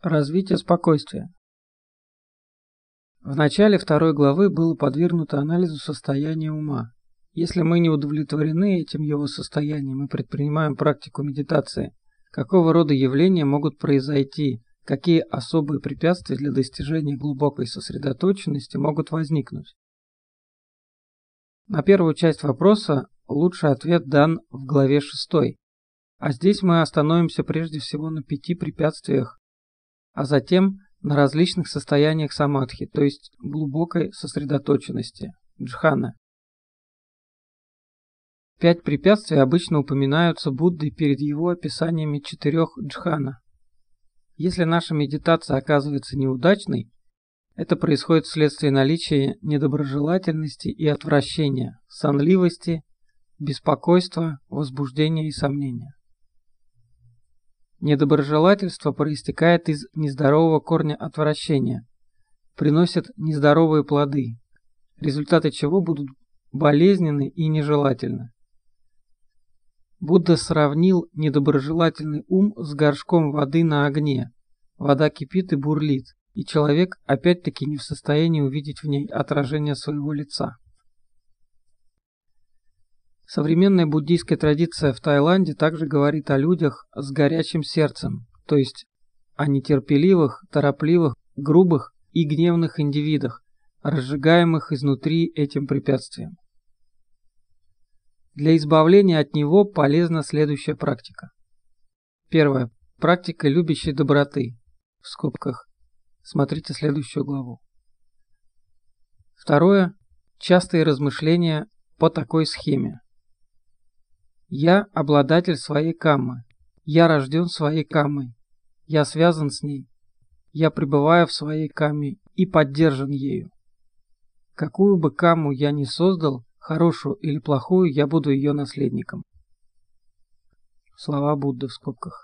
Развитие спокойствия. В начале второй главы было подвергнуто анализу состояния ума. Если мы не удовлетворены этим его состоянием и предпринимаем практику медитации, какого рода явления могут произойти, какие особые препятствия для достижения глубокой сосредоточенности могут возникнуть? На первую часть вопроса лучший ответ дан в главе 6. А здесь мы остановимся прежде всего на 5 препятствиях, а затем на различных состояниях самадхи, то есть глубокой сосредоточенности, джханы. 5 препятствий обычно упоминаются Буддой перед его описаниями 4 джхана. Если наша медитация оказывается неудачной, это происходит вследствие наличия недоброжелательности и отвращения, сонливости, беспокойства, возбуждения и сомнения. Недоброжелательство проистекает из нездорового корня отвращения, приносит нездоровые плоды, результаты чего будут болезненны и нежелательны. Будда сравнил недоброжелательный ум с горшком воды на огне. Вода кипит и бурлит, и человек опять-таки не в состоянии увидеть в ней отражение своего лица. Современная буддийская традиция в Таиланде также говорит о людях с горячим сердцем, то есть о нетерпеливых, торопливых, грубых и гневных индивидах, разжигаемых изнутри этим препятствием. Для избавления от него полезна следующая практика. Первое. Практика любящей доброты. В скобках. Смотрите следующую главу. Второе. Частые размышления по такой схеме. Я обладатель своей каммы. Я рожден своей каммой. Я связан с ней. Я пребываю в своей камме и поддержан ею. Какую бы камму я ни создал, хорошую или плохую, я буду ее наследником. Слова Будды в скобках.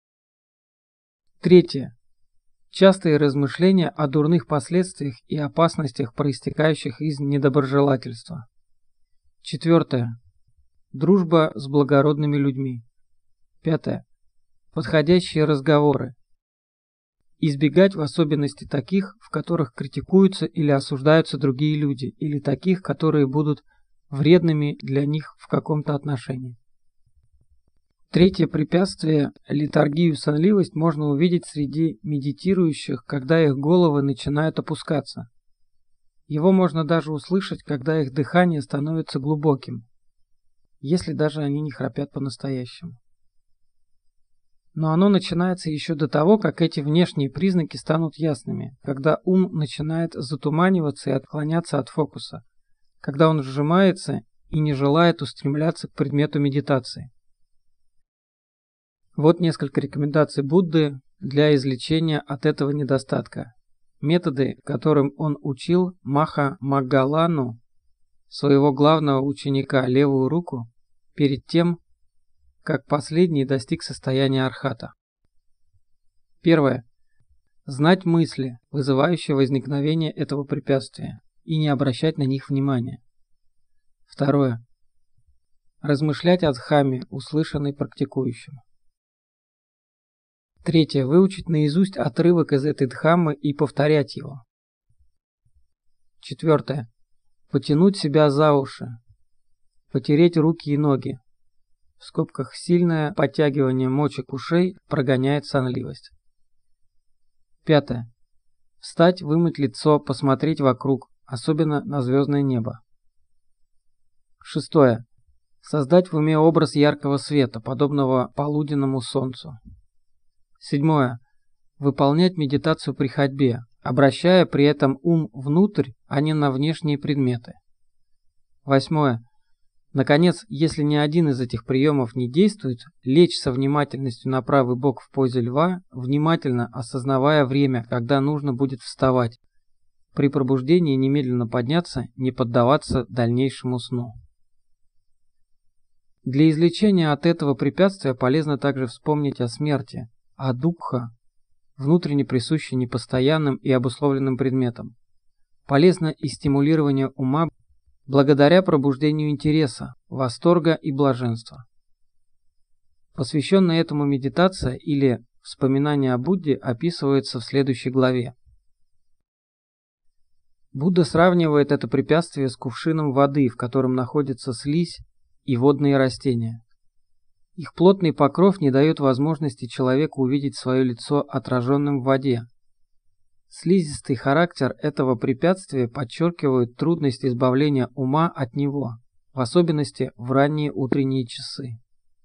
Третье. Частые размышления о дурных последствиях и опасностях, проистекающих из недоброжелательства. Четвертое. Дружба с благородными людьми. Пятое. Подходящие разговоры. Избегать в особенности таких, в которых критикуются или осуждаются другие люди, или таких, которые будут вредными для них в каком-то отношении. Третье препятствие – летаргию, сонливость можно увидеть среди медитирующих, когда их головы начинают опускаться. Его можно даже услышать, когда их дыхание становится глубоким, если даже они не храпят по-настоящему. Но оно начинается еще до того, как эти внешние признаки станут ясными, когда ум начинает затуманиваться и отклоняться от фокуса, когда он сжимается и не желает устремляться к предмету медитации. Вот несколько рекомендаций Будды для излечения от этого недостатка. Методы, которым он учил Маха Моггалану, своего главного ученика, левую руку, перед тем, как последний достиг состояния архата. Первое. Знать мысли, вызывающие возникновение этого препятствия, и не обращать на них внимания. Второе. Размышлять о дхамме, услышанной практикующим. Третье. Выучить наизусть отрывок из этой дхаммы и повторять его. Четвертое. Потянуть себя за уши. Потереть руки и ноги. В скобках сильное подтягивание мочек ушей прогоняет сонливость. Пятое. Встать, вымыть лицо, посмотреть вокруг, особенно на звездное небо. Шестое. Создать в уме образ яркого света, подобного полуденному солнцу. Седьмое. Выполнять медитацию при ходьбе, обращая при этом ум внутрь, а не на внешние предметы. Восьмое. Наконец, если ни один из этих приемов не действует, лечь со внимательностью на правый бок в позе льва, внимательно осознавая время, когда нужно будет вставать. При пробуждении немедленно подняться, не поддаваться дальнейшему сну. Для излечения от этого препятствия полезно также вспомнить о смерти, о дукха, внутренне присущей непостоянным и обусловленным предметам. Полезно и стимулирование ума благодаря пробуждению интереса, восторга и блаженства. Посвященная этому медитация или, в вспоминания о Будде описывается в следующей главе. Будда сравнивает это препятствие с кувшином воды, в котором находится слизь и водные растения. Их плотный покров не дает возможности человеку увидеть свое лицо отраженным в воде. Слизистый характер этого препятствия подчеркивает трудность избавления ума от него, в особенности в ранние утренние часы.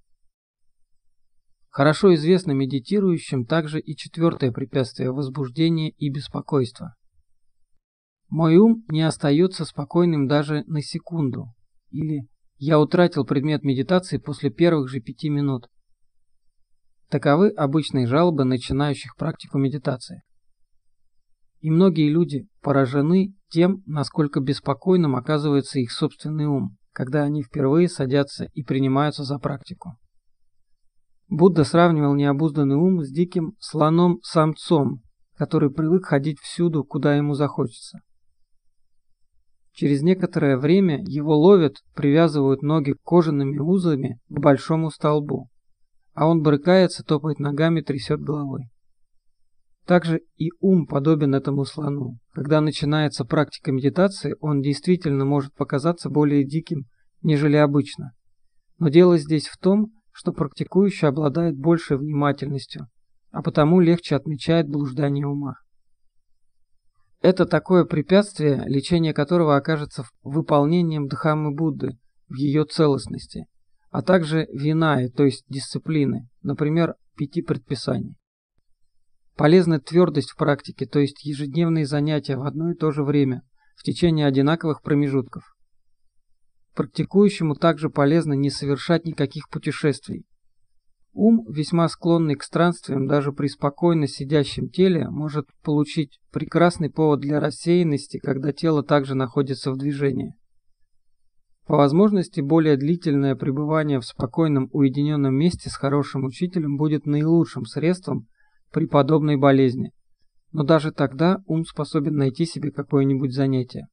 Хорошо известно медитирующим также и четвертое препятствие – возбуждение и беспокойство. «Мой ум не остается спокойным даже на секунду» или «я утратил предмет медитации после первых же 5 минут». Таковы обычные жалобы начинающих практику медитации. И многие люди поражены тем, насколько беспокойным оказывается их собственный ум, когда они впервые садятся и принимаются за практику. Будда сравнивал необузданный ум с диким слоном-самцом, который привык ходить всюду, куда ему захочется. Через некоторое время его ловят, привязывают ноги кожаными узлами к большому столбу, а он брыкается, топает ногами, трясет головой. Также и ум подобен этому слону. Когда начинается практика медитации, он действительно может показаться более диким, нежели обычно. Но дело здесь в том, что практикующий обладает большей внимательностью, а потому легче отмечает блуждание ума. Это такое препятствие, лечение которого окажется выполнением Дхаммы Будды в ее целостности, а также винайи, то есть дисциплины, например, 5 предписаний. Полезна твердость в практике, то есть ежедневные занятия в одно и то же время, в течение одинаковых промежутков. Практикующему также полезно не совершать никаких путешествий. Ум, весьма склонный к странствиям даже при спокойно сидящем теле, может получить прекрасный повод для рассеянности, когда тело также находится в движении. По возможности, более длительное пребывание в спокойном уединенном месте с хорошим учителем будет наилучшим средством при подобной болезни, но даже тогда ум способен найти себе какое-нибудь занятие.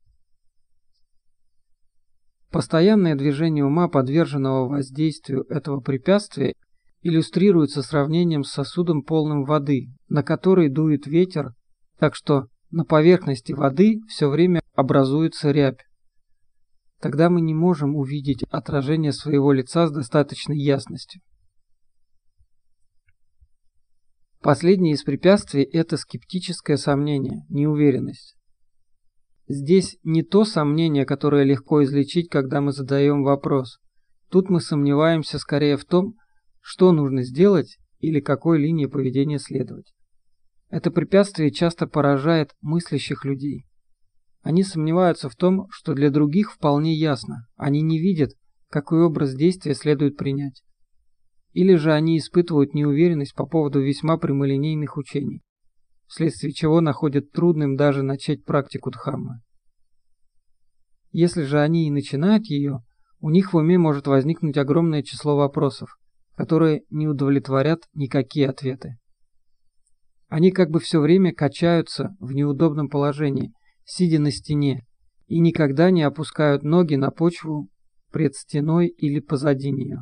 Постоянное движение ума, подверженного воздействию этого препятствия, иллюстрируется сравнением с сосудом, полным воды, на который дует ветер, так что на поверхности воды все время образуется рябь. Тогда мы не можем увидеть отражение своего лица с достаточной ясностью. Последнее из препятствий – это скептическое сомнение, неуверенность. Здесь не то сомнение, которое легко излечить, когда мы задаем вопрос. Тут мы сомневаемся скорее в том, что нужно сделать или какой линии поведения следовать. Это препятствие часто поражает мыслящих людей. Они сомневаются в том, что для других вполне ясно. Они не видят, какой образ действия следует принять. Или же они испытывают неуверенность по поводу весьма прямолинейных учений, вследствие чего находят трудным даже начать практику Дхаммы. Если же они и начинают ее, у них в уме может возникнуть огромное число вопросов, которые не удовлетворят никакие ответы. Они как бы все время качаются в неудобном положении, сидя на стене, и никогда не опускают ноги на почву пред стеной или позади нее.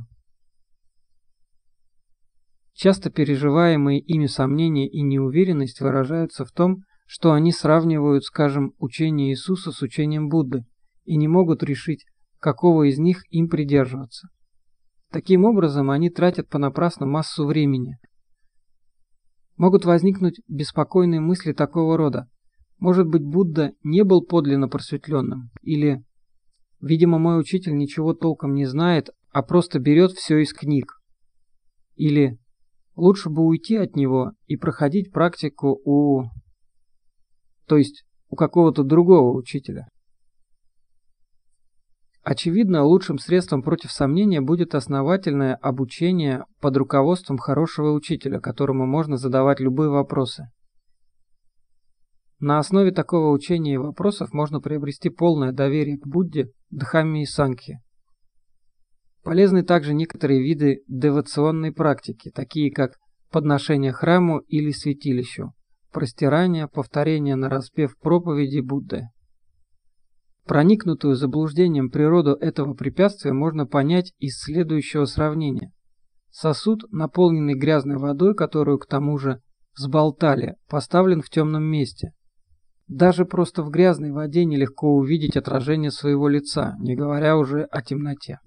Часто переживаемые ими сомнения и неуверенность выражаются в том, что они сравнивают, скажем, учение Иисуса с учением Будды и не могут решить, какого из них им придерживаться. Таким образом, они тратят понапрасну массу времени. Могут возникнуть беспокойные мысли такого рода. Может быть, Будда не был подлинно просветленным, или, видимо, мой учитель ничего толком не знает, а просто берет все из книг, или лучше бы уйти от него и проходить практику у какого-то другого учителя. Очевидно, лучшим средством против сомнения будет основательное обучение под руководством хорошего учителя, которому можно задавать любые вопросы. На основе такого учения и вопросов можно приобрести полное доверие к Будде, Дхамме и Сангхе. Полезны также некоторые виды девоционной практики, такие как подношение храму или святилищу, простирание, повторение нараспев проповеди Будды. Проникнутую заблуждением природу этого препятствия можно понять из следующего сравнения. Сосуд, наполненный грязной водой, которую к тому же взболтали, поставлен в темном месте. Даже просто в грязной воде нелегко увидеть отражение своего лица, не говоря уже о темноте.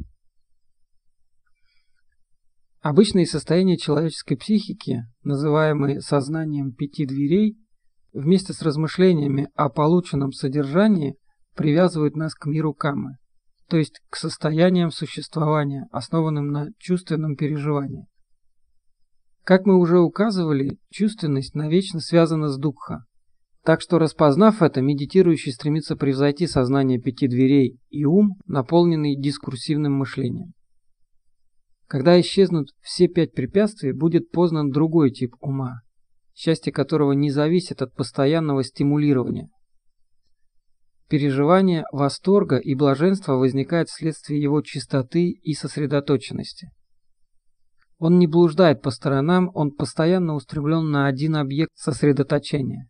Обычные состояния человеческой психики, называемые сознанием 5 дверей, вместе с размышлениями о полученном содержании привязывают нас к миру каммы, то есть к состояниям существования, основанным на чувственном переживании. Как мы уже указывали, чувственность навечно связана с дукха. Так что, распознав это, медитирующий стремится превзойти сознание 5 дверей и ум, наполненный дискурсивным мышлением. Когда исчезнут все 5 препятствий, будет познан другой тип ума, счастье которого не зависит от постоянного стимулирования. Переживание восторга и блаженства возникает вследствие его чистоты и сосредоточенности. Он не блуждает по сторонам, он постоянно устремлен на один объект сосредоточения.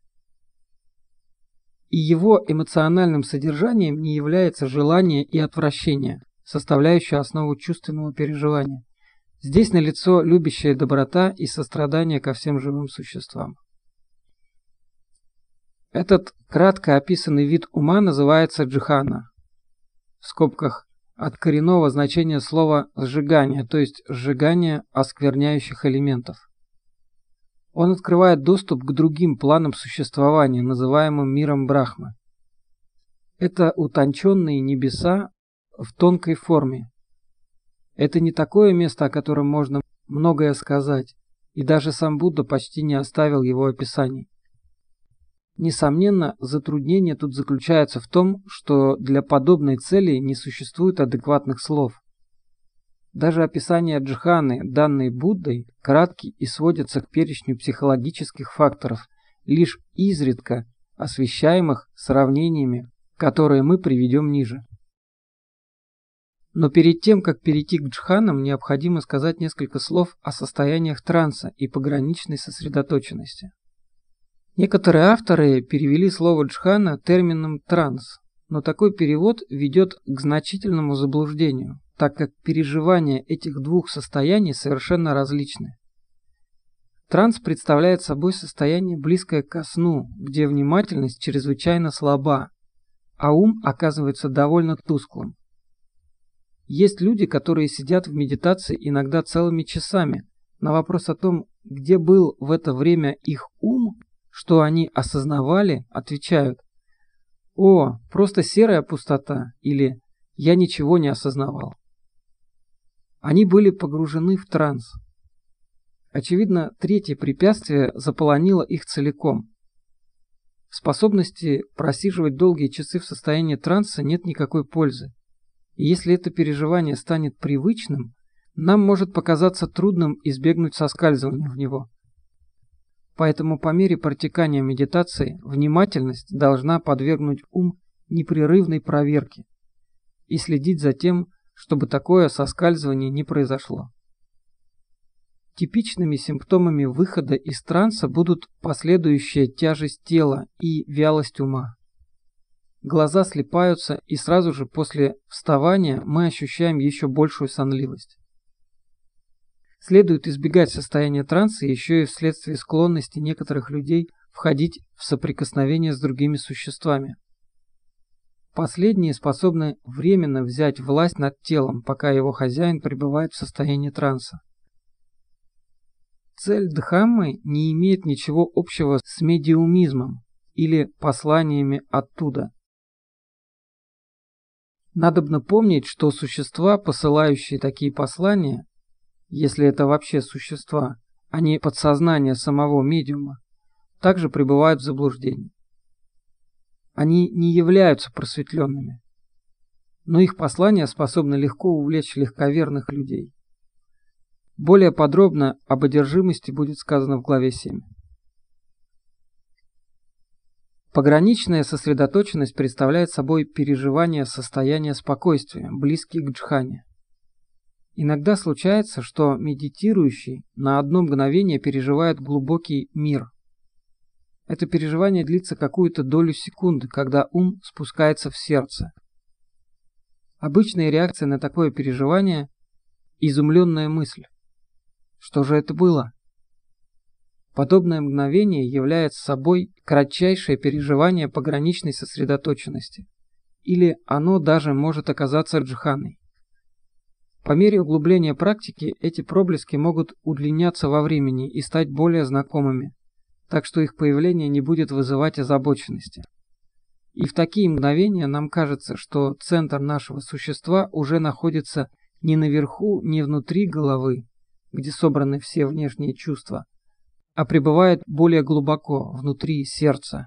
И его эмоциональным содержанием не является желание и отвращение, составляющие основу чувственного переживания. Здесь налицо любящая доброта и сострадание ко всем живым существам. Этот кратко описанный вид ума называется джхана, в скобках от коренного значения слова «сжигание», то есть сжигание оскверняющих элементов. Он открывает доступ к другим планам существования, называемым миром Брахмы. Это утонченные небеса в тонкой форме. Это не такое место, о котором можно многое сказать, и даже сам Будда почти не оставил его описаний. Несомненно, затруднение тут заключается в том, что для подобной цели не существует адекватных слов. Даже описания джханы, данные Буддой, кратки и сводятся к перечню психологических факторов, лишь изредка освещаемых сравнениями, которые мы приведем ниже. Но перед тем, как перейти к джханам, необходимо сказать несколько слов о состояниях транса и пограничной сосредоточенности. Некоторые авторы перевели слово джхана термином транс, но такой перевод ведет к значительному заблуждению, так как переживания этих двух состояний совершенно различны. Транс представляет собой состояние, близкое ко сну, где внимательность чрезвычайно слаба, а ум оказывается довольно тусклым. Есть люди, которые сидят в медитации иногда целыми часами. На вопрос о том, где был в это время их ум, что они осознавали, отвечают: «О, просто серая пустота» или «Я ничего не осознавал». Они были погружены в транс. Очевидно, третье препятствие заполонило их целиком. В способности просиживать долгие часы в состоянии транса нет никакой пользы. И если это переживание станет привычным, нам может показаться трудным избегнуть соскальзывания в него. Поэтому по мере протекания медитации внимательность должна подвергнуть ум непрерывной проверке и следить за тем, чтобы такое соскальзывание не произошло. Типичными симптомами выхода из транса будут последующая тяжесть тела и вялость ума. Глаза слипаются, и сразу же после вставания мы ощущаем еще большую сонливость. Следует избегать состояния транса еще и вследствие склонности некоторых людей входить в соприкосновение с другими существами. Последние способны временно взять власть над телом, пока его хозяин пребывает в состоянии транса. Цель Дхаммы не имеет ничего общего с медиумизмом или посланиями оттуда. Надобно помнить, что существа, посылающие такие послания, если это вообще существа, а не подсознание самого медиума, также пребывают в заблуждении. Они не являются просветленными, но их послания способны легко увлечь легковерных людей. Более подробно об одержимости будет сказано в главе 7. Пограничная сосредоточенность представляет собой переживание состояния спокойствия, близкие к джхане. Иногда случается, что медитирующий на одно мгновение переживает глубокий мир. Это переживание длится какую-то долю секунды, когда ум спускается в сердце. Обычная реакция на такое переживание – изумленная мысль. Что же это было? Подобное мгновение является собой кратчайшее переживание пограничной сосредоточенности, или оно даже может оказаться джханой. По мере углубления практики эти проблески могут удлиняться во времени и стать более знакомыми, так что их появление не будет вызывать озабоченности. И в такие мгновения нам кажется, что центр нашего существа уже находится не наверху, не внутри головы, где собраны все внешние чувства, а пребывает более глубоко, внутри сердца.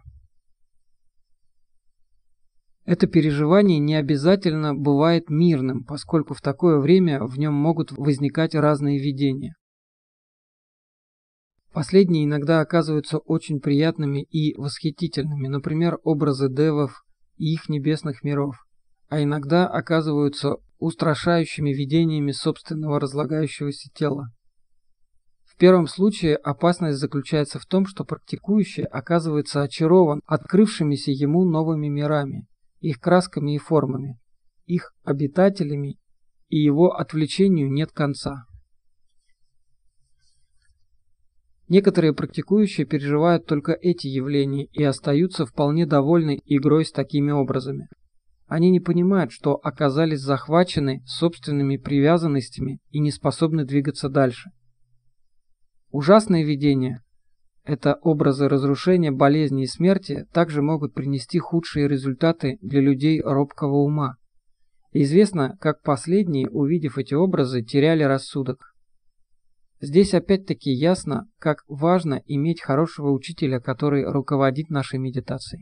Это переживание не обязательно бывает мирным, поскольку в такое время в нем могут возникать разные видения. Последние иногда оказываются очень приятными и восхитительными, например, образы девов и их небесных миров, а иногда оказываются устрашающими видениями собственного разлагающегося тела. В первом случае опасность заключается в том, что практикующий оказывается очарован открывшимися ему новыми мирами, их красками и формами, их обитателями, и его отвлечению нет конца. Некоторые практикующие переживают только эти явления и остаются вполне довольны игрой с такими образами. Они не понимают, что оказались захвачены собственными привязанностями и не способны двигаться дальше. Ужасные видения – это образы разрушения, болезни и смерти, также могут принести худшие результаты для людей робкого ума. И известно, как последние, увидев эти образы, теряли рассудок. Здесь опять-таки ясно, как важно иметь хорошего учителя, который руководит нашей медитацией.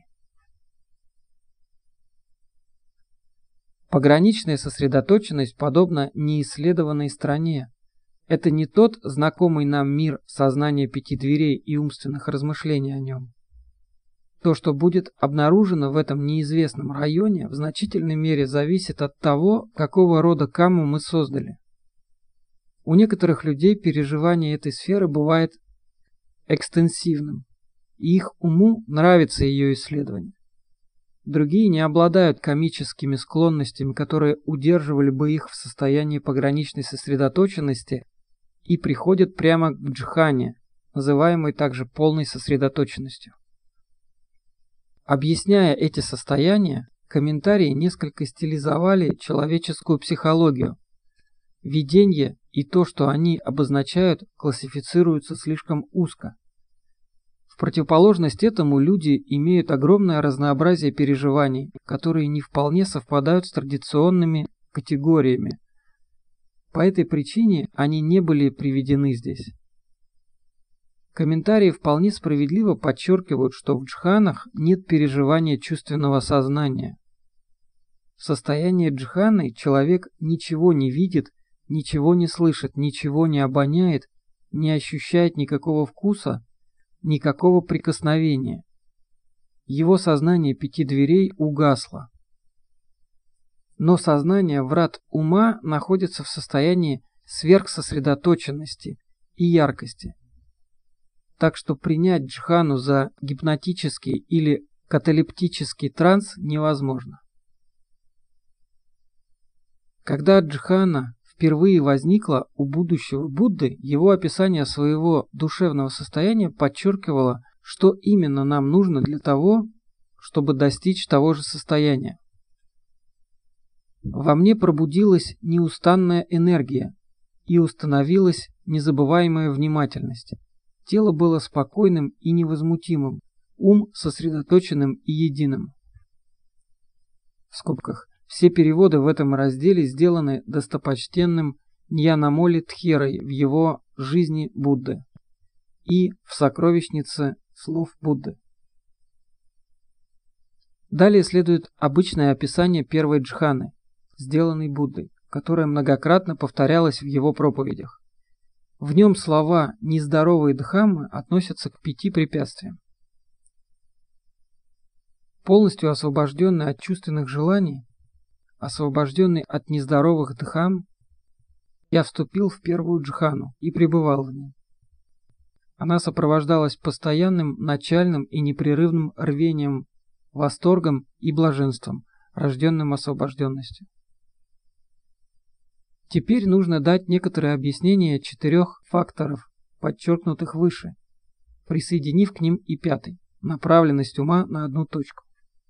Пограничная сосредоточенность подобна неисследованной стране. Это не тот знакомый нам мир сознания пяти дверей и умственных размышлений о нем. То, что будет обнаружено в этом неизвестном районе, в значительной мере зависит от того, какого рода камму мы создали. У некоторых людей переживание этой сферы бывает экстенсивным, и их уму нравится ее исследование. Другие не обладают каммическими склонностями, которые удерживали бы их в состоянии пограничной сосредоточенности, и приходят прямо к джхане, называемой также полной сосредоточенностью. Объясняя эти состояния, комментарии несколько стилизовали человеческую психологию. Видение и то, что они обозначают, классифицируются слишком узко. В противоположность этому люди имеют огромное разнообразие переживаний, которые не вполне совпадают с традиционными категориями. По этой причине они не были приведены здесь. Комментарии вполне справедливо подчеркивают, что в джханах нет переживания чувственного сознания. В состоянии джханы человек ничего не видит, ничего не слышит, ничего не обоняет, не ощущает никакого вкуса, никакого прикосновения. Его сознание пяти дверей угасло. Но сознание врат ума находится в состоянии сверхсосредоточенности и яркости. Так что принять джхану за гипнотический или каталептический транс невозможно. Когда джхана впервые возникла у будущего Будды, его описание своего душевного состояния подчеркивало, что именно нам нужно для того, чтобы достичь того же состояния. Во мне пробудилась неустанная энергия и установилась незабываемая внимательность. Тело было спокойным и невозмутимым, ум сосредоточенным и единым. В скобках. Все переводы в этом разделе сделаны достопочтенным Ньянамоли Тхерой в его «Жизни Будды» и в «Сокровищнице слов Будды». Далее следует обычное описание первой джханы, сделанной Буддой, которая многократно повторялась в его проповедях. В нем слова «нездоровые дхаммы» относятся к 5 препятствиям. Полностью освобожденный от чувственных желаний, освобожденный от нездоровых дхамм, я вступил в первую джхану и пребывал в ней. Она сопровождалась постоянным, начальным и непрерывным рвением, восторгом и блаженством, рожденным освобожденностью. Теперь нужно дать некоторое объяснение 4 факторов, подчеркнутых выше, присоединив к ним и 5 – направленность ума на одну точку.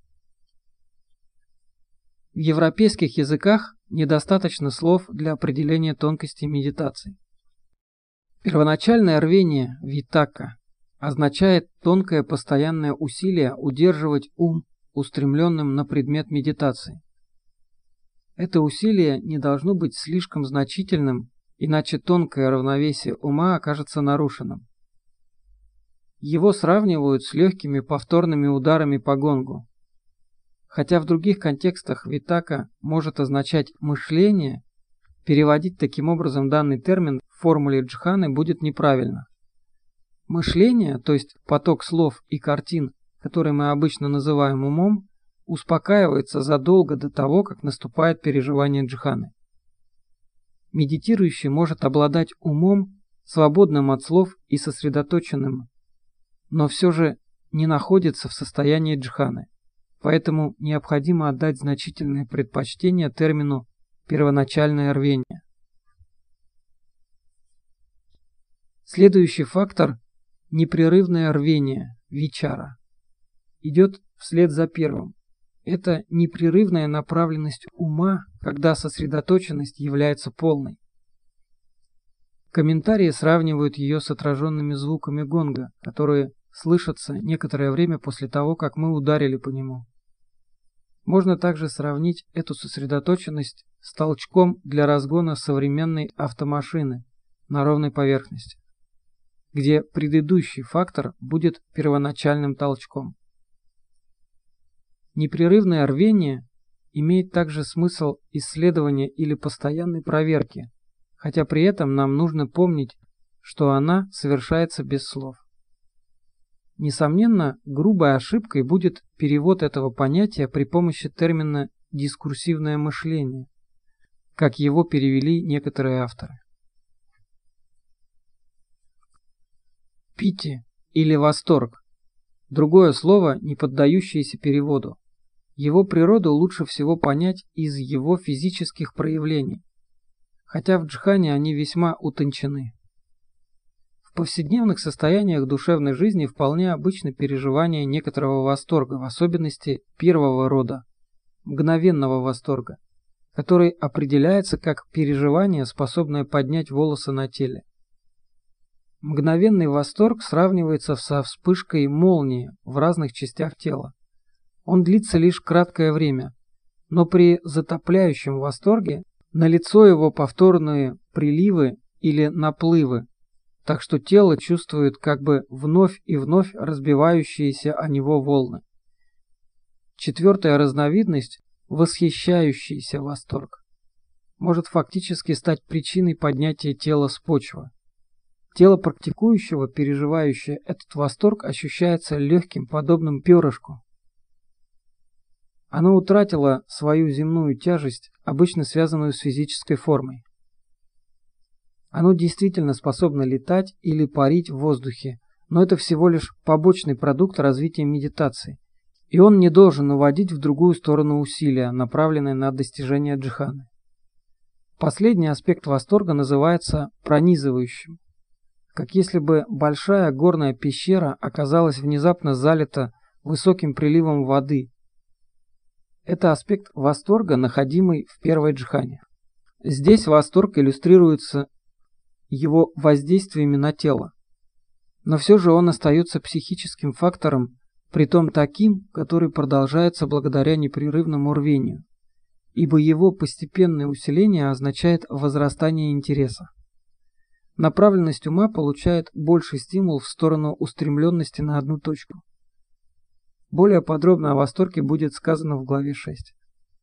В европейских языках недостаточно слов для определения тонкостей медитации. Первоначальное рвение витакка означает тонкое постоянное усилие удерживать ум устремленным на предмет медитации. Это усилие не должно быть слишком значительным, иначе тонкое равновесие ума окажется нарушенным. Его сравнивают с легкими повторными ударами по гонгу. Хотя в других контекстах витакка может означать мышление, переводить таким образом данный термин в формуле джханы будет неправильно. Мышление, то есть поток слов и картин, которые мы обычно называем умом, успокаивается задолго до того, как наступает переживание джханы. Медитирующий может обладать умом, свободным от слов и сосредоточенным, но все же не находится в состоянии джханы, поэтому необходимо отдать значительное предпочтение термину «первоначальное рвение». Следующий фактор – непрерывное рвение, вичара, идет вслед за первым. Это непрерывная направленность ума, когда сосредоточенность является полной. Комментарии сравнивают ее с отраженными звуками гонга, которые слышатся некоторое время после того, как мы ударили по нему. Можно также сравнить эту сосредоточенность с толчком для разгона современной автомашины на ровной поверхности, где предыдущий фактор будет первоначальным толчком. Непрерывное рвение имеет также смысл исследования или постоянной проверки, хотя при этом нам нужно помнить, что она совершается без слов. Несомненно, грубой ошибкой будет перевод этого понятия при помощи термина «дискурсивное мышление», как его перевели некоторые авторы. Пити или восторг – другое слово, не поддающееся переводу. Его природу лучше всего понять из его физических проявлений, хотя в джхане они весьма утончены. В повседневных состояниях душевной жизни вполне обычно переживание некоторого восторга, в особенности первого рода, мгновенного восторга, который определяется как переживание, способное поднять волосы на теле. Мгновенный восторг сравнивается со вспышкой молнии в разных частях тела. Он длится лишь краткое время, но при затопляющем восторге налицо его повторные приливы или наплывы, так что тело чувствует как бы вновь и вновь разбивающиеся о него волны. Четвертая разновидность – восхищающийся восторг – может фактически стать причиной поднятия тела с почвы. Тело практикующего, переживающее этот восторг, ощущается легким, подобным перышку. Оно утратило свою земную тяжесть, обычно связанную с физической формой. Оно действительно способно летать или парить в воздухе, но это всего лишь побочный продукт развития медитации, и он не должен уводить в другую сторону усилия, направленные на достижение джханы. Последний аспект восторга называется пронизывающим, как если бы большая горная пещера оказалась внезапно залита высоким приливом воды. Это аспект восторга, находимый в первой джхане. Здесь восторг иллюстрируется его воздействиями на тело. Но все же он остается психическим фактором, притом таким, который продолжается благодаря непрерывному рвению, ибо его постепенное усиление означает возрастание интереса. Направленность ума получает больший стимул в сторону устремленности на одну точку. Более подробно о восторге будет сказано в главе 6.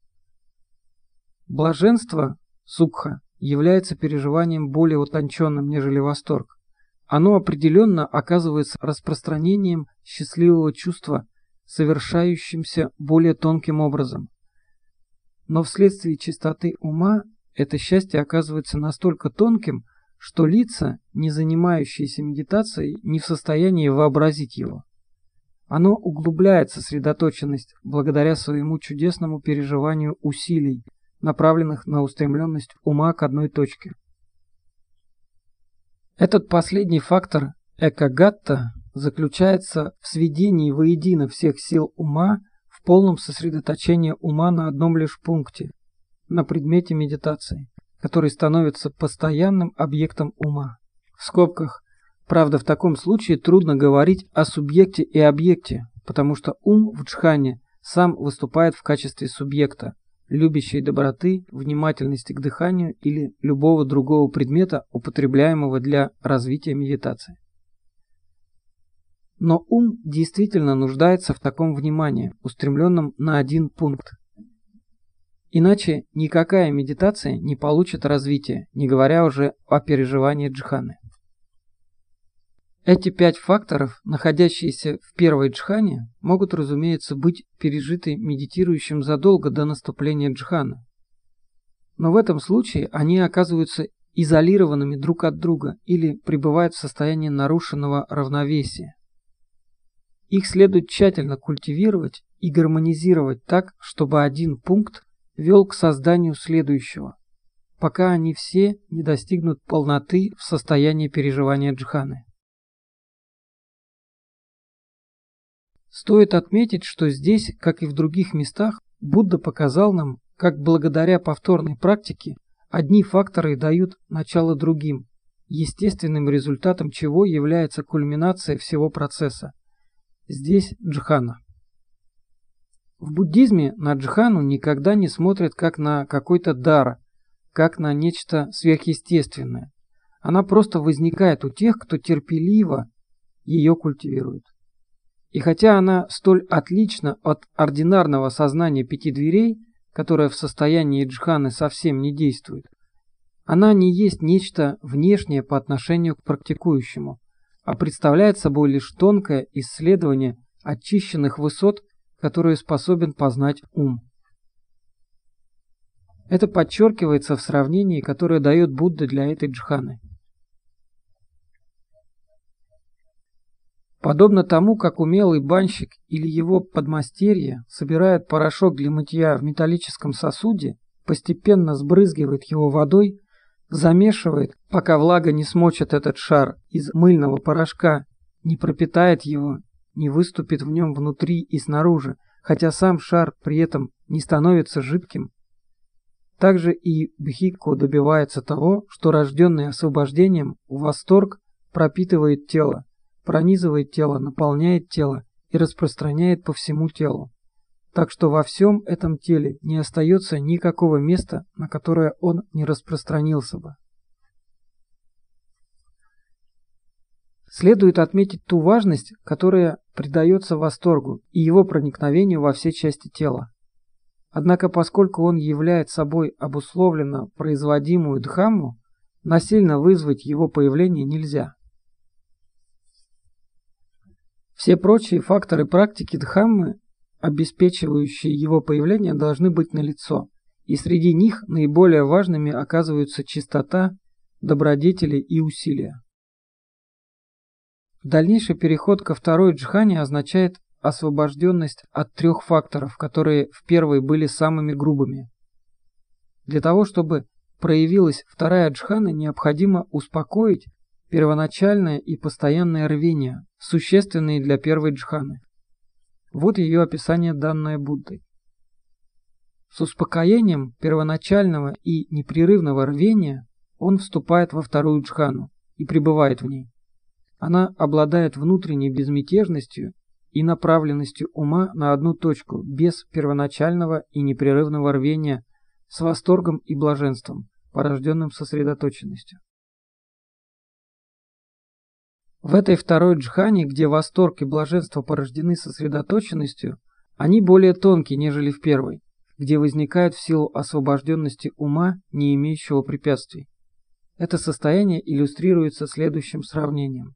Блаженство, сукха, является переживанием более утонченным, нежели восторг. Оно определенно оказывается распространением счастливого чувства, совершающимся более тонким образом. Но вследствие чистоты ума это счастье оказывается настолько тонким, что лица, не занимающиеся медитацией, не в состоянии вообразить его. Оно углубляет сосредоточенность благодаря своему чудесному переживанию усилий, направленных на устремленность ума к одной точке. Этот последний фактор экагатта заключается в сведении воедино всех сил ума в полном сосредоточении ума на одном лишь пункте, на предмете медитации, который становится постоянным объектом ума. В скобках. Правда, в таком случае трудно говорить о субъекте и объекте, потому что ум в джхане сам выступает в качестве субъекта, любящей доброты, внимательности к дыханию или любого другого предмета, употребляемого для развития медитации. Но ум действительно нуждается в таком внимании, устремленном на один пункт. Иначе никакая медитация не получит развития, не говоря уже о переживании джханы. Эти 5 факторов, находящиеся в первой джхане, могут, разумеется, быть пережиты медитирующим задолго до наступления джханы. Но в этом случае они оказываются изолированными друг от друга или пребывают в состоянии нарушенного равновесия. Их следует тщательно культивировать и гармонизировать так, чтобы один пункт вел к созданию следующего, пока они все не достигнут полноты в состоянии переживания джханы. Стоит отметить, что здесь, как и в других местах, Будда показал нам, как благодаря повторной практике одни факторы дают начало другим, естественным результатом чего является кульминация всего процесса. Здесь джхана. В буддизме на джхану никогда не смотрят как на какой-то дар, как на нечто сверхъестественное. Она просто возникает у тех, кто терпеливо ее культивирует. И хотя она столь отлична от ординарного сознания 5 дверей, которое в состоянии джханы совсем не действует, она не есть нечто внешнее по отношению к практикующему, а представляет собой лишь тонкое исследование очищенных высот, которые способен познать ум. Это подчеркивается в сравнении, которое дает Будда для этой джханы. Подобно тому, как умелый банщик или его подмастерье собирает порошок для мытья в металлическом сосуде, постепенно сбрызгивает его водой, замешивает, пока влага не смочит этот шар из мыльного порошка, не пропитает его, не выступит в нем внутри и снаружи, хотя сам шар при этом не становится жидким. Также и бхикку добивается того, что рожденный освобождением восторг пропитывает тело, пронизывает тело, наполняет тело и распространяет по всему телу. Так что во всем этом теле не остается никакого места, на которое он не распространился бы. Следует отметить ту важность, которая придается восторгу и его проникновению во все части тела. Однако, поскольку он является собой обусловленно производимую дхамму, насильно вызвать его появление нельзя. Все прочие факторы практики дхаммы, обеспечивающие его появление, должны быть налицо, и среди них наиболее важными оказываются чистота, добродетели и усилия. Дальнейший переход ко второй джхане означает освобожденность от 3 факторов, которые в первой были самыми грубыми. Для того, чтобы проявилась вторая джхана, необходимо успокоить первоначальное и постоянное рвение, существенные для первой джханы. Вот ее описание, данное Буддой. С успокоением первоначального и непрерывного рвения он вступает во вторую джхану и пребывает в ней. Она обладает внутренней безмятежностью и направленностью ума на одну точку, без первоначального и непрерывного рвения, с восторгом и блаженством, порожденным сосредоточенностью. В этой второй джхане, где восторг и блаженство порождены сосредоточенностью, они более тонкие, нежели в первой, где возникают в силу освобожденности ума, не имеющего препятствий. Это состояние иллюстрируется следующим сравнением.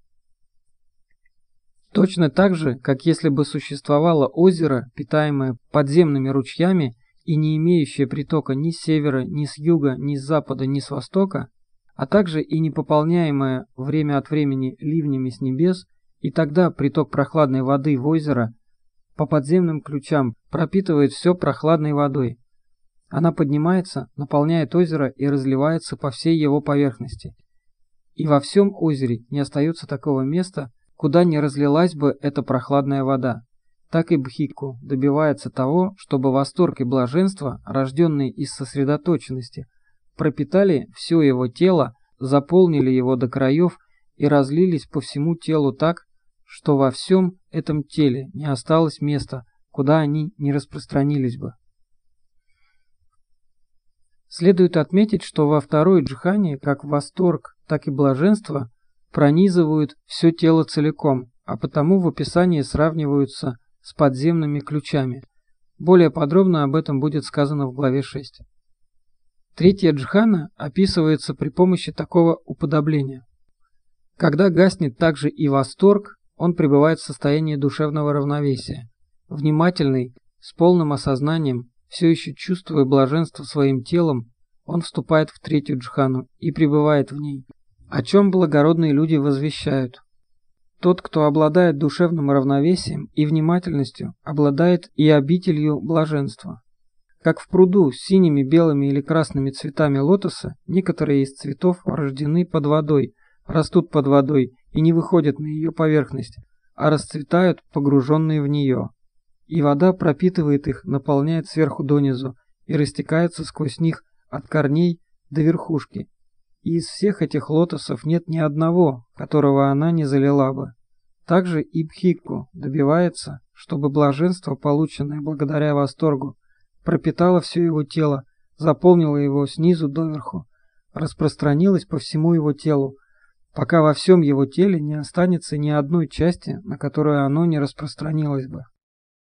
Точно так же, как если бы существовало озеро, питаемое подземными ручьями и не имеющее притока ни с севера, ни с юга, ни с запада, ни с востока, а также и не пополняемое время от времени ливнями с небес, и тогда приток прохладной воды в озеро по подземным ключам пропитывает все прохладной водой. Она поднимается, наполняет озеро и разливается по всей его поверхности. И во всем озере не остается такого места, куда не разлилась бы эта прохладная вода. Так и Бхикку добивается того, чтобы восторг и блаженство, рожденные из сосредоточенности, пропитали все его тело, заполнили его до краев и разлились по всему телу так, что во всем этом теле не осталось места, куда они не распространились бы. Следует отметить, что во второй джхане как восторг, так и блаженство пронизывают все тело целиком, а потому в описании сравниваются с подземными ключами. Более подробно об этом будет сказано в главе 6. Третья джхана описывается при помощи такого уподобления. Когда гаснет также и восторг, он пребывает в состоянии душевного равновесия. Внимательный, с полным осознанием, все еще чувствуя блаженство своим телом, он вступает в третью джхану и пребывает в ней, о чем благородные люди возвещают. Тот, кто обладает душевным равновесием и внимательностью, обладает и обителью блаженства. Как в пруду с синими, белыми или красными цветами лотоса, некоторые из цветов рождены под водой, растут под водой и не выходят на ее поверхность, а расцветают, погруженные в нее. И вода пропитывает их, наполняет сверху донизу и растекается сквозь них от корней до верхушки. И из всех этих лотосов нет ни одного, которого она не залила бы. Также и Бхикку добивается, чтобы блаженство, полученное благодаря восторгу, пропитало все его тело, заполнило его снизу доверху, распространилось по всему его телу, пока во всем его теле не останется ни одной части, на которую оно не распространилось бы.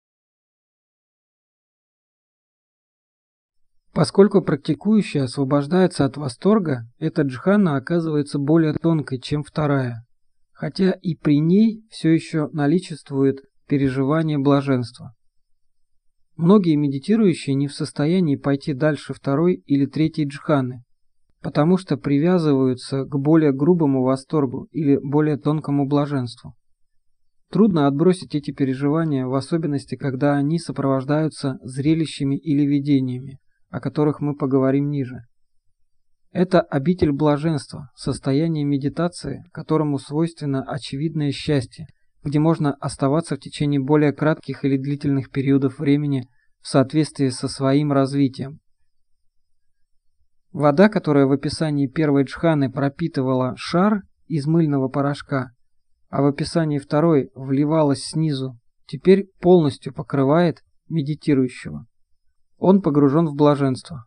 Поскольку практикующий освобождается от восторга, эта джхана оказывается более тонкой, чем вторая, хотя и при ней все еще наличествует переживание блаженства. Многие медитирующие не в состоянии пойти дальше второй или третьей джханы, потому что привязываются к более грубому восторгу или более тонкому блаженству. Трудно отбросить эти переживания, в особенности, когда они сопровождаются зрелищами или видениями, о которых мы поговорим ниже. Это обитель блаженства, состояние медитации, которому свойственно очевидное счастье, где можно оставаться в течение более кратких или длительных периодов времени в соответствии со своим развитием. Вода, которая в описании первой джханы пропитывала шар из мыльного порошка, а в описании второй вливалась снизу, теперь полностью покрывает медитирующего. Он погружен в блаженство.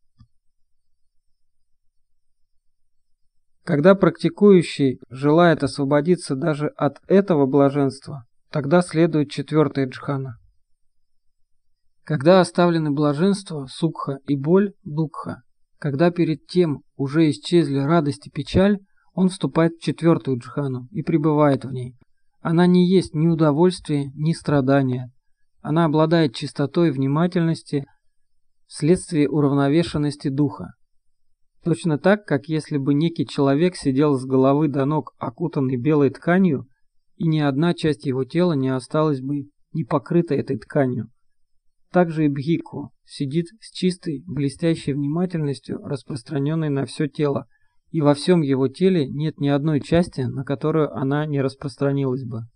Когда практикующий желает освободиться даже от этого блаженства, тогда следует четвертая джхана. Когда оставлены блаженство, сукха, и боль, дукха, когда перед тем уже исчезли радость и печаль, он вступает в четвертую джхану и пребывает в ней. Она не есть ни удовольствие, ни страдания. Она обладает чистотой внимательности вследствие уравновешенности духа. Точно так, как если бы некий человек сидел с головы до ног, окутанный белой тканью, и ни одна часть его тела не осталась бы не покрытой этой тканью. Также и Бхикку сидит с чистой, блестящей внимательностью, распространенной на все тело, и во всем его теле нет ни одной части, на которую она не распространилась бы.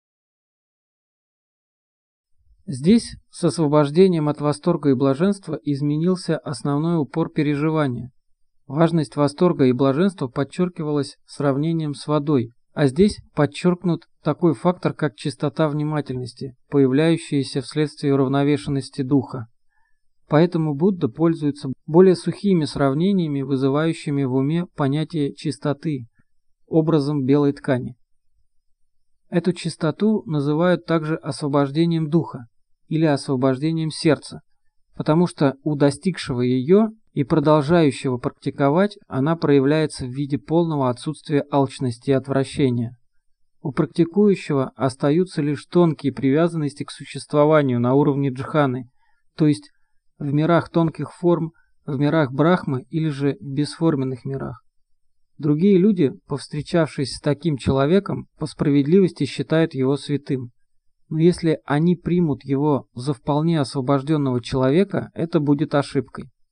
Здесь с освобождением от восторга и блаженства изменился основной упор переживания. Важность восторга и блаженства подчеркивалась сравнением с водой, а здесь подчеркнут такой фактор, как чистота внимательности, появляющаяся вследствие уравновешенности духа. Поэтому Будда пользуется более сухими сравнениями, вызывающими в уме понятие чистоты, образом белой ткани. Эту чистоту называют также освобождением духа или освобождением сердца, потому что у достигшего ее и продолжающего практиковать она проявляется в виде полного отсутствия алчности и отвращения. У практикующего остаются лишь тонкие привязанности к существованию на уровне джханы, то есть в мирах тонких форм, в мирах Брахмы или же в бесформенных мирах. Другие люди, повстречавшись с таким человеком, по справедливости считают его святым. Но если они примут его за вполне освобожденного человека, это будет ошибкой.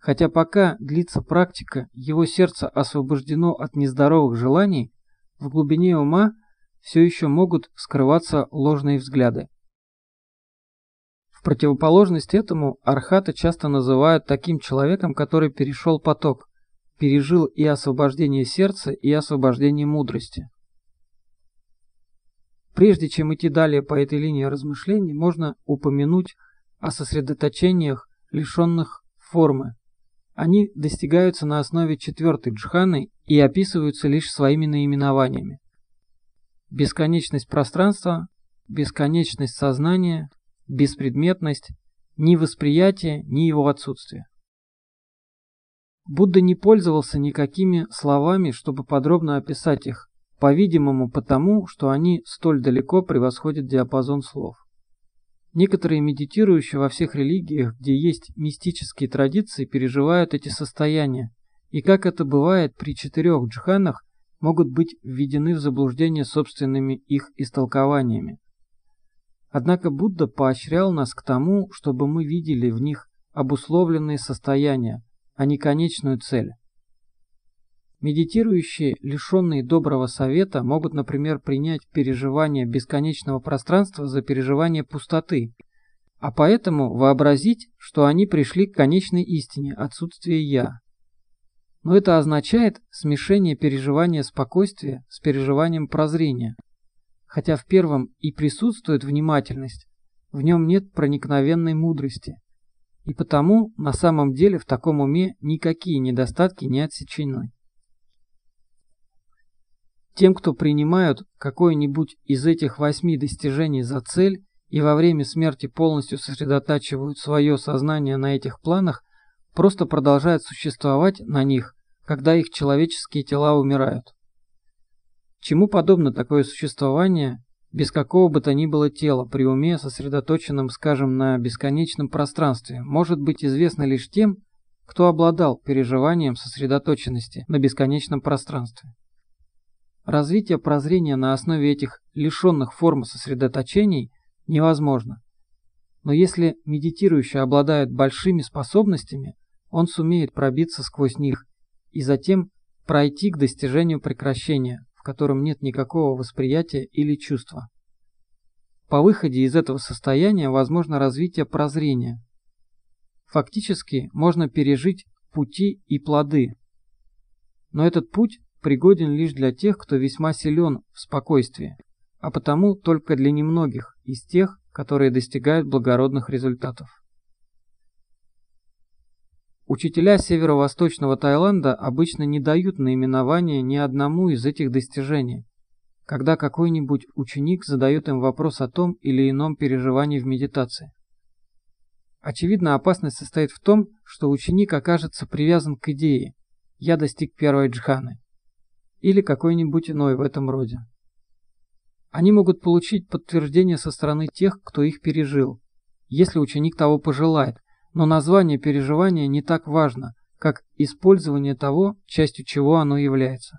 Хотя пока длится практика, его сердце освобождено от нездоровых желаний, в глубине ума все еще могут скрываться ложные взгляды. В противоположность этому архата часто называют таким человеком, который перешел поток, пережил и освобождение сердца, и освобождение мудрости. Прежде чем идти далее по этой линии размышлений, можно упомянуть о сосредоточениях, лишенных формы. Они достигаются на основе четвертой джханы и описываются лишь своими наименованиями. Бесконечность пространства, бесконечность сознания, беспредметность, ни восприятие, ни его отсутствие. Будда не пользовался никакими словами, чтобы подробно описать их, по-видимому потому, что они столь далеко превосходят диапазон слов. Некоторые медитирующие во всех религиях, где есть мистические традиции, переживают эти состояния, и как это бывает при 4 джханах, могут быть введены в заблуждение собственными их истолкованиями. Однако Будда поощрял нас к тому, чтобы мы видели в них обусловленные состояния, а не конечную цель. Медитирующие, лишенные доброго совета, могут, например, принять переживание бесконечного пространства за переживание пустоты, а поэтому вообразить, что они пришли к конечной истине, отсутствию «я». Но это означает смешение переживания спокойствия с переживанием прозрения. Хотя в первом и присутствует внимательность, в нем нет проникновенной мудрости, и потому на самом деле в таком уме никакие недостатки не отсечены. Тем, кто принимают какое-нибудь из этих 8 достижений за цель и во время смерти полностью сосредотачивают свое сознание на этих планах, просто продолжают существовать на них, когда их человеческие тела умирают. Чему подобно такое существование без какого бы то ни было тела при уме, сосредоточенном, скажем, на бесконечном пространстве, может быть известно лишь тем, кто обладал переживанием сосредоточенности на бесконечном пространстве. Развитие прозрения на основе этих лишенных формы сосредоточений невозможно. Но если медитирующий обладает большими способностями, он сумеет пробиться сквозь них и затем пройти к достижению прекращения, в котором нет никакого восприятия или чувства. По выходе из этого состояния возможно развитие прозрения. Фактически можно пережить пути и плоды. Но этот путь пригоден лишь для тех, кто весьма силен в спокойствии, а потому только для немногих из тех, которые достигают благородных результатов. Учителя северо-восточного Таиланда обычно не дают наименования ни одному из этих достижений, когда какой-нибудь ученик задает им вопрос о том или ином переживании в медитации. Очевидно, опасность состоит в том, что ученик окажется привязан к идее «я достиг первой джханы» или какой-нибудь иной в этом роде. Они могут получить подтверждение со стороны тех, кто их пережил, если ученик того пожелает, но название переживания не так важно, как использование того, частью чего оно является.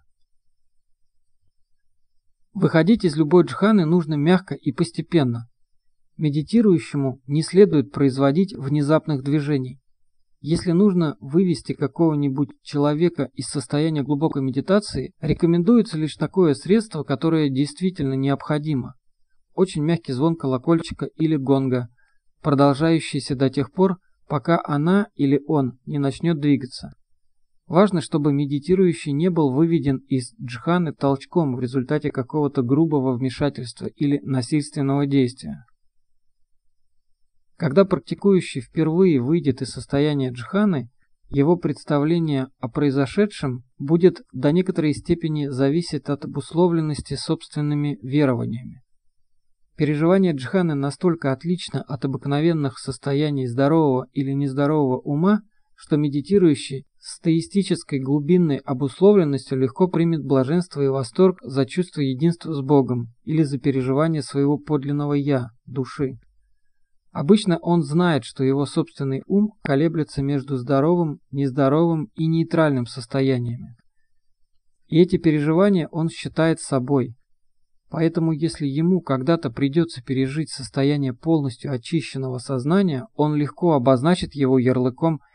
Выходить из любой джханы нужно мягко и постепенно. Медитирующему не следует производить внезапных движений. Если нужно вывести какого-нибудь человека из состояния глубокой медитации, рекомендуется лишь такое средство, которое действительно необходимо. Очень мягкий звон колокольчика или гонга, продолжающийся до тех пор, пока она или он не начнет двигаться. Важно, чтобы медитирующий не был выведен из джханы толчком в результате какого-то грубого вмешательства или насильственного действия. Когда практикующий впервые выйдет из состояния джханы, его представление о произошедшем будет до некоторой степени зависеть от обусловленности собственными верованиями. Переживание джханы настолько отлично от обыкновенных состояний здорового или нездорового ума, что медитирующий с теистической глубинной обусловленностью легко примет блаженство и восторг за чувство единства с Богом или за переживание своего подлинного «я», души. Обычно он знает, что его собственный ум колеблется между здоровым, нездоровым и нейтральным состояниями. И эти переживания он считает собой. Поэтому если ему когда-то придется пережить состояние полностью очищенного сознания, он легко обозначит его ярлыком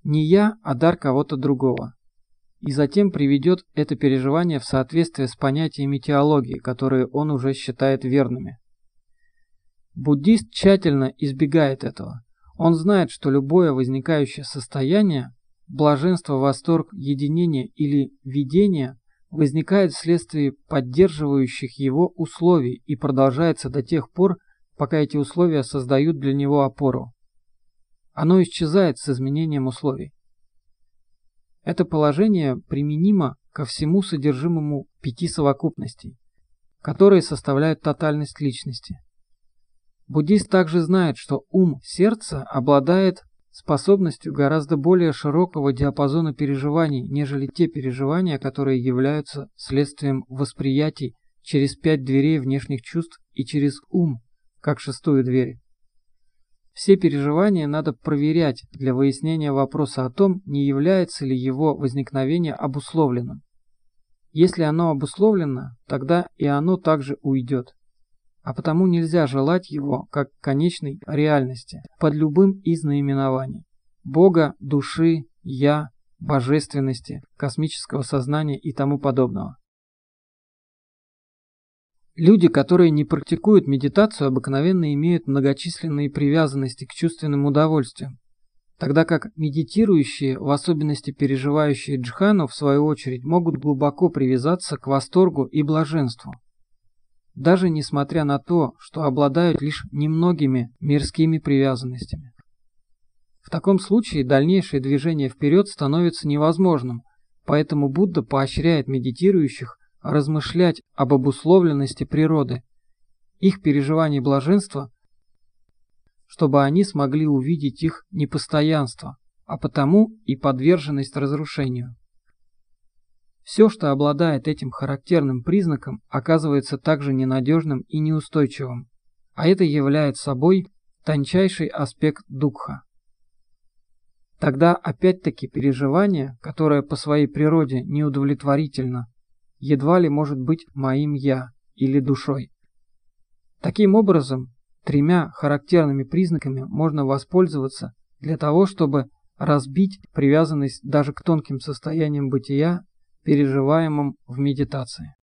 не я, а дар кого-то другого. И затем приведет это переживание в соответствие с понятиями теологии, которые он уже считает верными. Буддист тщательно избегает этого. Он знает, что любое возникающее состояние, блаженство, восторг, единение или видение, возникает вследствие поддерживающих его условий и продолжается до тех пор, пока эти условия создают для него опору. Оно исчезает с изменением условий. Это положение применимо ко всему содержимому 5 совокупностей, которые составляют тотальность личности. Буддист также знает, что ум сердца обладает способностью гораздо более широкого диапазона переживаний, нежели те переживания, которые являются следствием восприятий через 5 дверей внешних чувств и через ум, как 6-ю дверь. Все переживания надо проверять для выяснения вопроса о том, не является ли его возникновение обусловленным. Если оно обусловлено, тогда и оно также уйдет. А потому нельзя желать его как конечной реальности под любым из наименований – Бога, души, Я, божественности, космического сознания и тому подобного. Люди, которые не практикуют медитацию, обыкновенно имеют многочисленные привязанности к чувственным удовольствиям, тогда как медитирующие, в особенности переживающие джхану, в свою очередь, могут глубоко привязаться к восторгу и блаженству, даже несмотря на то, что обладают лишь немногими мирскими привязанностями. В таком случае дальнейшее движение вперед становится невозможным, поэтому Будда поощряет медитирующих размышлять об обусловленности природы, их переживаний блаженства, чтобы они смогли увидеть их непостоянство, а потому и подверженность разрушению. Все, что обладает этим характерным признаком, оказывается также ненадежным и неустойчивым, а это является собой тончайший аспект дукха. Тогда опять-таки переживание, которое по своей природе неудовлетворительно, едва ли может быть моим «я» или душой. Таким образом, 3 характерными признаками можно воспользоваться для того, чтобы разбить привязанность даже к тонким состояниям бытия, переживаемым в медитации.